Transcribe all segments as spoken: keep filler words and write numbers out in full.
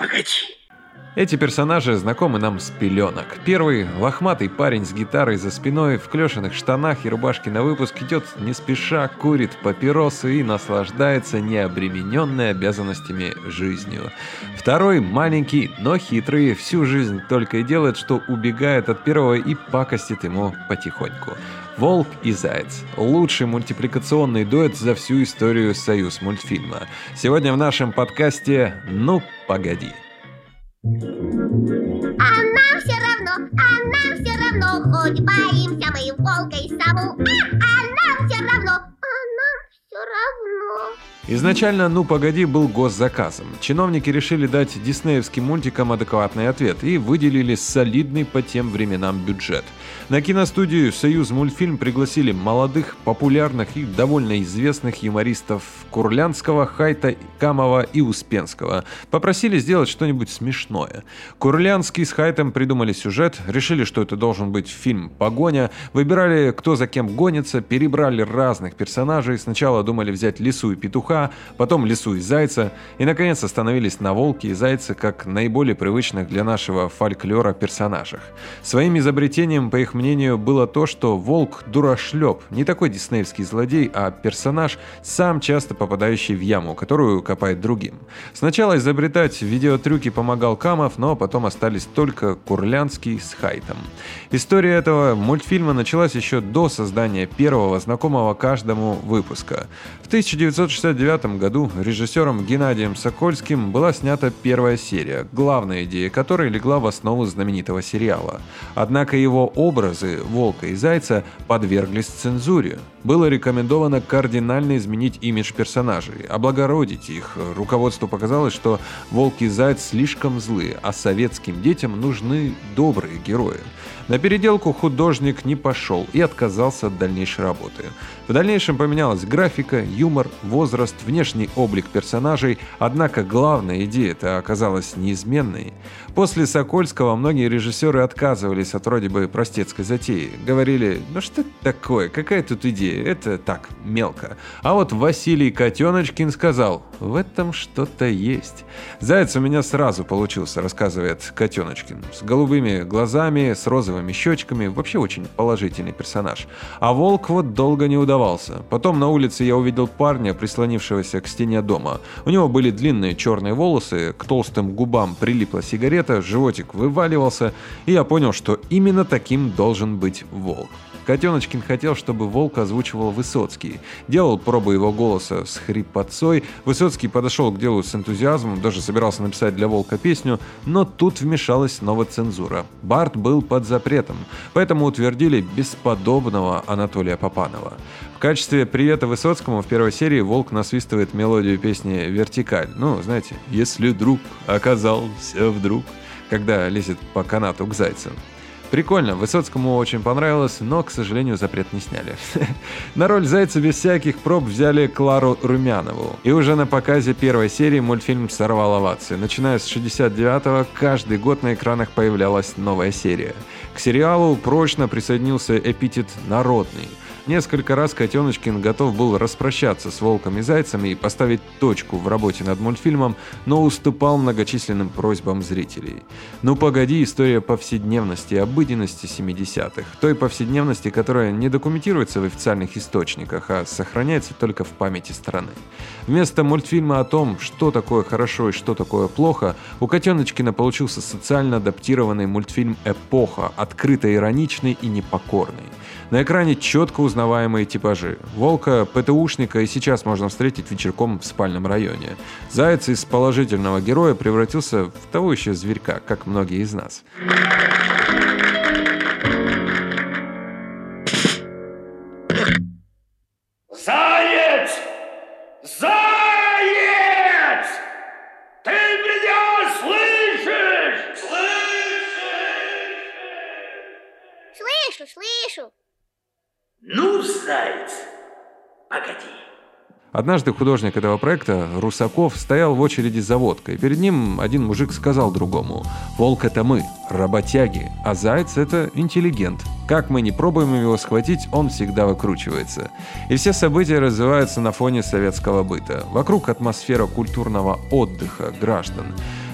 погоди. Эти персонажи знакомы нам с пеленок. Первый – лохматый парень с гитарой за спиной, в клешаных штанах и рубашке на выпуск, идет не спеша, курит папиросы и наслаждается необремененной обязанностями жизнью. Второй – маленький, но хитрый, всю жизнь только и делает, что убегает от первого и пакостит ему потихоньку. Волк и Заяц. Лучший мультипликационный дуэт за всю историю Союзмультфильма. Сегодня в нашем подкасте «Ну, погоди». А нам все равно, а нам все равно, хоть боимся мы волка и сову. А, а нам все равно, а нам все равно. Изначально «Ну, погоди» был госзаказом. Чиновники решили дать диснеевским мультикам адекватный ответ и выделили солидный по тем временам бюджет. На киностудию «Союзмультфильм» пригласили молодых, популярных и довольно известных юмористов Курлянского, Хайта, Камова и Успенского. Попросили сделать что-нибудь смешное. Курлянский с Хайтом придумали сюжет, решили, что это должен быть фильм «Погоня», выбирали, кто за кем гонится, перебрали разных персонажей. Сначала думали взять Лису и Петуха, потом Лису и Зайца, и, наконец, остановились на Волке и Зайце как наиболее привычных для нашего фольклора персонажах. Своим изобретением, по их мнению, было то, что Волк – дурашлеп, не такой диснеевский злодей, а персонаж, сам часто попадающий в яму, которую копает другим. Сначала изобретать видеотрюки помогал Камов, но потом остались только Курлянский с Хайтом. История этого мультфильма началась еще до создания первого знакомого каждому выпуска. В тысяча девятьсот шестьдесят девятом году режиссером Геннадием Сокольским была снята первая серия, главная идея которой легла в основу знаменитого сериала. Однако его образы Волка и Зайца подверглись цензуре. Было рекомендовано кардинально изменить имидж персонажей, облагородить их. Руководству показалось, что Волк и Заяц слишком злые, а советским детям нужны добрые герои. На переделку художник не пошел и отказался от дальнейшей работы. В дальнейшем поменялась графика, юмор, возраст, внешний облик персонажей, однако главная идея-то оказалась неизменной. После Сокольского многие режиссеры отказывались от вроде бы простецкой затеи. Говорили, ну что это такое, какая тут идея, это так, мелко. А вот Василий Котеночкин сказал, в этом что-то есть. Заяц у меня сразу получился, рассказывает Котеночкин. С голубыми глазами, с розовыми щечками, вообще очень положительный персонаж. А Волк вот долго не удавался. Потом на улице я увидел парня, прислонившегося к стене дома. У него были длинные черные волосы, к толстым губам прилипла сигарета, животик вываливался, и я понял, что именно таким должен быть Волк. Котеночкин хотел, чтобы Волка озвучивал Высоцкий. Делал пробы его голоса с хрипотцой. Высоцкий подошел к делу с энтузиазмом, даже собирался написать для Волка песню, но тут вмешалась снова цензура. Барт был под запретом, поэтому утвердили бесподобного Анатолия Папанова. В качестве привета Высоцкому в первой серии Волк насвистывает мелодию песни «Вертикаль». Ну, знаете, «Если друг оказался вдруг», когда лезет по канату к Зайцу. Прикольно, Высоцкому очень понравилось, но, к сожалению, запрет не сняли. На роль Зайца без всяких проб взяли Клару Румянову. И уже на показе первой серии мультфильм сорвал овации. Начиная с шестьдесят девятого, каждый год на экранах появлялась новая серия. К сериалу прочно присоединился эпитет «народный». Несколько раз Котеночкин готов был распрощаться с Волком и Зайцем и поставить точку в работе над мультфильмом, но уступал многочисленным просьбам зрителей. «Ну погоди» — история повседневности и обыденности семидесятых, той повседневности, которая не документируется в официальных источниках, а сохраняется только в памяти страны. Вместо мультфильма о том, что такое хорошо и что такое плохо, у Котеночкина получился социально адаптированный мультфильм «Эпоха», открыто ироничный и непокорный. На экране четко узнаваемые типажи. Волка, ПТУшника и сейчас можно встретить вечерком в спальном районе. Заяц из положительного героя превратился в того еще зверька, как многие из нас. Заяц! Заяц! Ты меня слышишь? Слышишь? Слышу, слышу. Ну, заяц, погоди. Однажды художник этого проекта, Русаков, стоял в очереди за водкой. Перед ним один мужик сказал другому: «Волк — это мы, работяги, а заяц — это интеллигент. Как мы не пробуем его схватить, он всегда выкручивается». И все события развиваются на фоне советского быта. Вокруг атмосфера культурного отдыха граждан.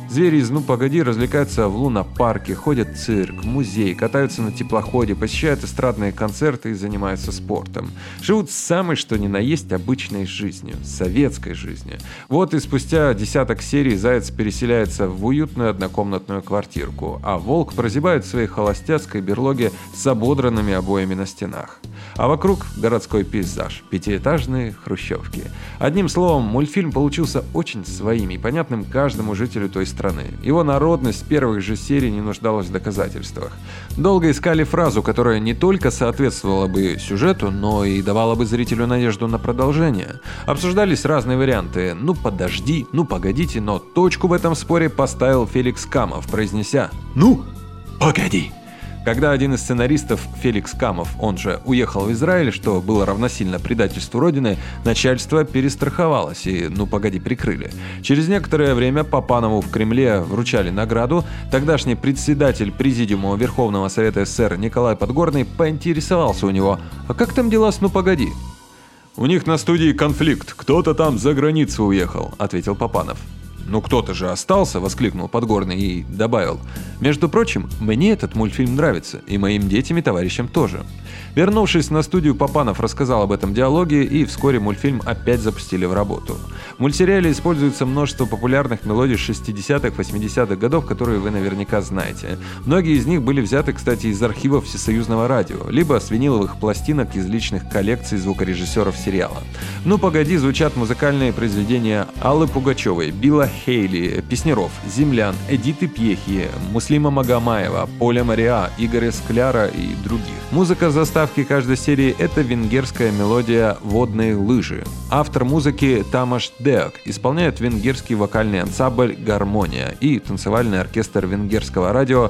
Звери из «Ну, погоди» развлекаются в лунопарке, ходят в цирк, музей, катаются на теплоходе, посещают эстрадные концерты и занимаются спортом. Живут самой что ни на есть обычной жизнью, советской жизнью. Вот и спустя десяток серий заяц переселяется в уютную однокомнатную квартирку, а волк прозябает в своей холостяцкой берлоге с ободранными обоями на стенах. А вокруг городской пейзаж, пятиэтажные хрущевки. Одним словом, мультфильм получился очень своим и понятным каждому жителю той страны. Его народность с первых же серий не нуждалась в доказательствах. Долго искали фразу, которая не только соответствовала бы сюжету, но и давала бы зрителю надежду на продолжение. Обсуждались разные варианты «ну подожди», «ну погодите», но точку в этом споре поставил Феликс Камов, произнеся «ну погоди». Когда один из сценаристов, Феликс Камов, он же, уехал в Израиль, что было равносильно предательству родины, начальство перестраховалось и «ну погоди» прикрыли. Через некоторое время Папанову в Кремле вручали награду. Тогдашний председатель Президиума Верховного Совета СССР Николай Подгорный поинтересовался у него: «А как там дела с «ну погоди»?» «У них на студии конфликт, кто-то там за границу уехал», — ответил Папанов. «Ну кто-то же остался», — воскликнул Подгорный и добавил: «Между прочим, мне этот мультфильм нравится, и моим детям и товарищам тоже». Вернувшись на студию, Папанов рассказал об этом диалоге, и вскоре мультфильм опять запустили в работу. В мультсериале используется множество популярных мелодий шестидесятых-восьмидесятых годов, которые вы наверняка знаете. Многие из них были взяты, кстати, из архивов Всесоюзного радио, либо с виниловых пластинок из личных коллекций звукорежиссеров сериала. «Ну погоди» звучат музыкальные произведения Аллы Пугачевой, Билла Хейли, Песняров, Землян, Эдиты Пьехи, Муслима Магомаева, Поля Мариа, Игоря Скляра и других. Музыка заставки каждой серии — это венгерская мелодия «Водные лыжи». Автор музыки Тамаш Деак исполняет венгерский вокальный ансамбль «Гармония» и танцевальный оркестр венгерского радио.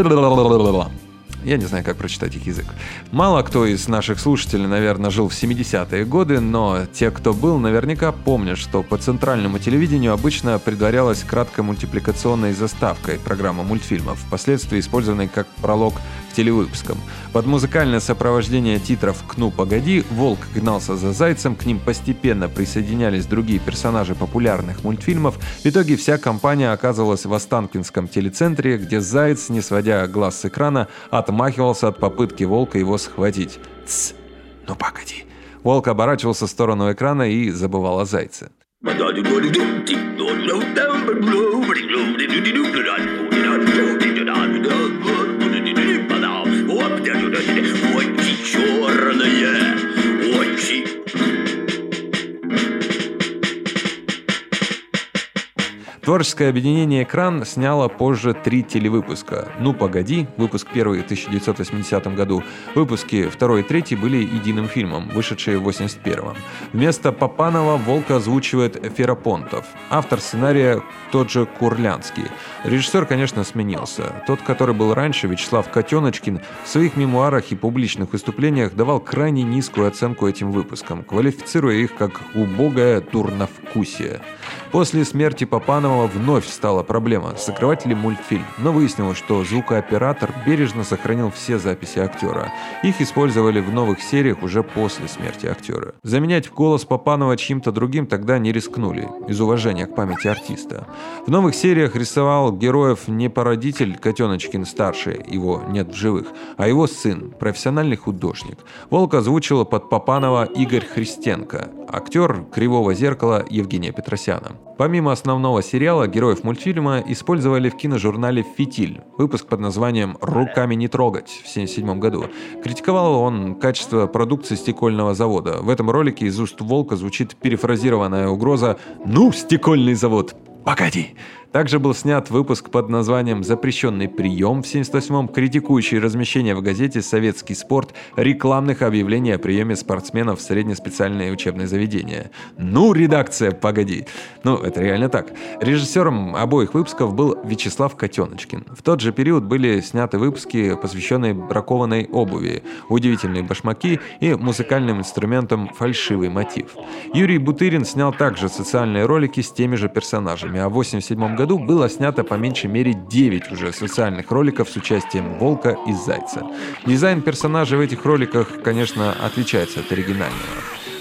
Я не знаю, как прочитать их язык. Мало кто из наших слушателей, наверное, жил в семидесятые годы, но те, кто был, наверняка помнят, что по центральному телевидению обычно предварялась краткой мультипликационной заставкой программа мультфильмов, впоследствии использованной как пролог к телевыпускам. Под музыкальное сопровождение титров «К ну погоди» волк гнался за зайцем, к ним постепенно присоединялись другие персонажи популярных мультфильмов. В итоге вся компания оказывалась в Останкинском телецентре, где заяц, не сводя глаз с экрана, отмахивался от попытки волка его схватить. «Тсс, ну погоди». Волк оборачивался в сторону экрана и забывал о зайце. Очи черные, очи. Творческое объединение «Экран» сняло позже три телевыпуска. «Ну погоди», выпуск первый в тысяча девятьсот восьмидесятом году, выпуски второй и третий были единым фильмом, вышедшие в восемьдесят первом. Вместо Папанова волка озвучивает Ферапонтов. Автор сценария тот же Курлянский. Режиссер, конечно, сменился. Тот, который был раньше, Вячеслав Котеночкин, в своих мемуарах и публичных выступлениях давал крайне низкую оценку этим выпускам, квалифицируя их как «убогое дурновкусие». После смерти Папанова вновь стала проблема, закрывать ли мультфильм, но выяснилось, что звукооператор бережно сохранил все записи актера. Их использовали в новых сериях уже после смерти актера. Заменять голос Папанова чьим-то другим тогда не рискнули, из уважения к памяти артиста. В новых сериях рисовал героев не породитель Котеночкин-старший, его нет в живых, а его сын, профессиональный художник. Волка озвучила под Папанова Игорь Христенко, актер «Кривого зеркала» Евгения Петросяна. Помимо основного сериала, героев мультфильма использовали в киножурнале «Фитиль», выпуск под названием «Руками не трогать» в семьдесят седьмом году. Критиковал он качество продукции стекольного завода. В этом ролике из уст волка звучит перефразированная угроза «Ну, стекольный завод, погоди!». Также был снят выпуск под названием «Запрещенный прием» в семьдесят восьмом, критикующий размещение в газете «Советский спорт» рекламных объявлений о приеме спортсменов в среднеспециальные учебные заведения. Ну, редакция, погоди. Ну, это реально так. Режиссером обоих выпусков был Вячеслав Котеночкин. В тот же период были сняты выпуски, посвященные бракованной обуви, удивительные башмаки и музыкальным инструментам «Фальшивый мотив». Юрий Бутырин снял также социальные ролики с теми же персонажами, а в восемьдесят седьмом году было снято по меньшей мере девять уже социальных роликов с участием волка и зайца. Дизайн персонажей в этих роликах, конечно, отличается от оригинального.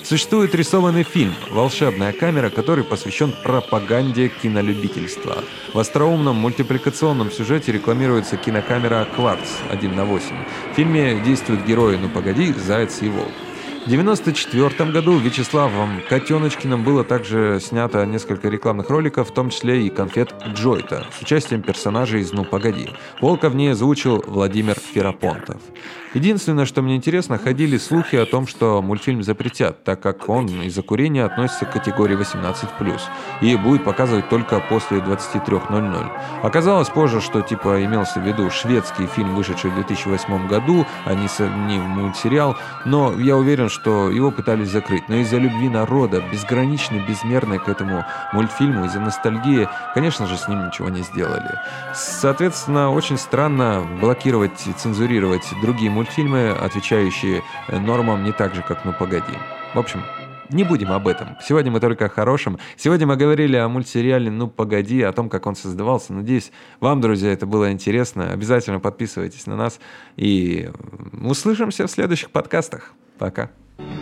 Существует рисованный фильм «Волшебная камера», который посвящен пропаганде кинолюбительства. В остроумном мультипликационном сюжете рекламируется кинокамера «Кварц» один на восемь. В фильме действуют герои «Ну погоди», «Заяц» и «Волк». В девяносто четвёртом году Вячеславом Котеночкиным было также снято несколько рекламных роликов, в том числе и конфет Джойта, с участием персонажей из «Ну погоди». Волка в ней озвучил Владимир Ферапонтов. Единственное, что мне интересно, ходили слухи о том, что мультфильм запретят, так как он из-за курения относится к категории восемнадцать плюс и будет показывать только после двадцати трёх ноль-ноль. Оказалось позже, что типа имелся в виду шведский фильм, вышедший в две тысячи восьмом году, а не, со, не мультсериал, но я уверен, что его пытались закрыть. Но из-за любви народа, безграничной, безмерной к этому мультфильму, из-за ностальгии, конечно же, с ним ничего не сделали. Соответственно, очень странно блокировать и цензурировать другие мультфильмы, отвечающие нормам не так же, как «Ну погоди». В общем, не будем об этом. Сегодня мы только о хорошем. Сегодня мы говорили о мультсериале «Ну погоди», о том, как он создавался. Надеюсь, вам, друзья, это было интересно. Обязательно подписывайтесь на нас и услышимся в следующих подкастах. Пока.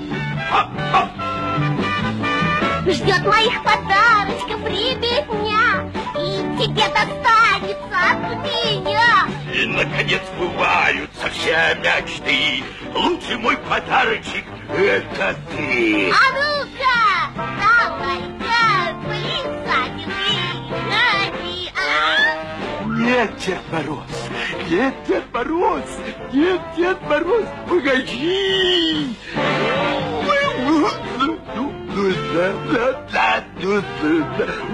Ждет моих подарочков ребятня, и тебе достанется от меня. И, наконец, сбываются все мечты. Лучший мой подарочек — это ты. А ну-ка, давай-ка, плясать вместе. А? Нет, Дед Мороз, нет, Дед Мороз, нет, Дед Мороз, погоди. Ну, ну, ну, ну, ну, ну, ну, ну, ну.